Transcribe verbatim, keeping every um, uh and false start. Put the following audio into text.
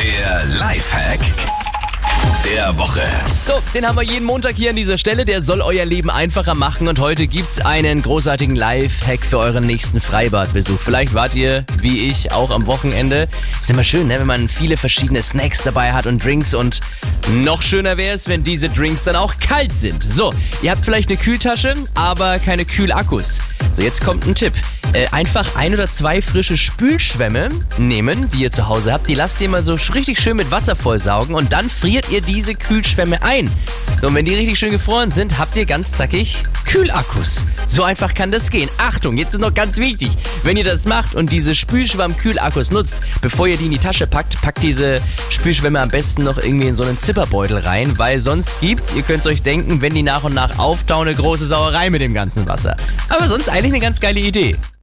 Der Lifehack der Woche. So, den haben wir jeden Montag hier an dieser Stelle. Der soll euer Leben einfacher machen. Und heute gibt's einen großartigen Lifehack für euren nächsten Freibadbesuch. Vielleicht wart ihr, wie ich, auch am Wochenende. Ist immer schön, ne, wenn man viele verschiedene Snacks dabei hat und Drinks. Und noch schöner wäre es, wenn diese Drinks dann auch kalt sind. So, ihr habt vielleicht eine Kühltasche, aber keine Kühlakkus. So, jetzt kommt ein Tipp. Äh, einfach ein oder zwei frische Spülschwämme nehmen, die ihr zu Hause habt. Die lasst ihr mal so richtig schön mit Wasser vollsaugen und dann friert ihr diese Kühlschwämme ein. So, und wenn die richtig schön gefroren sind, habt ihr ganz zackig Kühlakkus. So einfach kann das gehen. Achtung, jetzt ist noch ganz wichtig. Wenn ihr das macht und diese Spülschwamm-Kühlakkus nutzt, bevor ihr die in die Tasche packt, packt diese Spülschwämme am besten noch irgendwie in so einen Zipperbeutel rein, weil sonst gibt's, ihr könnt es euch denken, wenn die nach und nach auftauen, eine große Sauerei mit dem ganzen Wasser. Aber sonst eigentlich eine ganz geile Idee.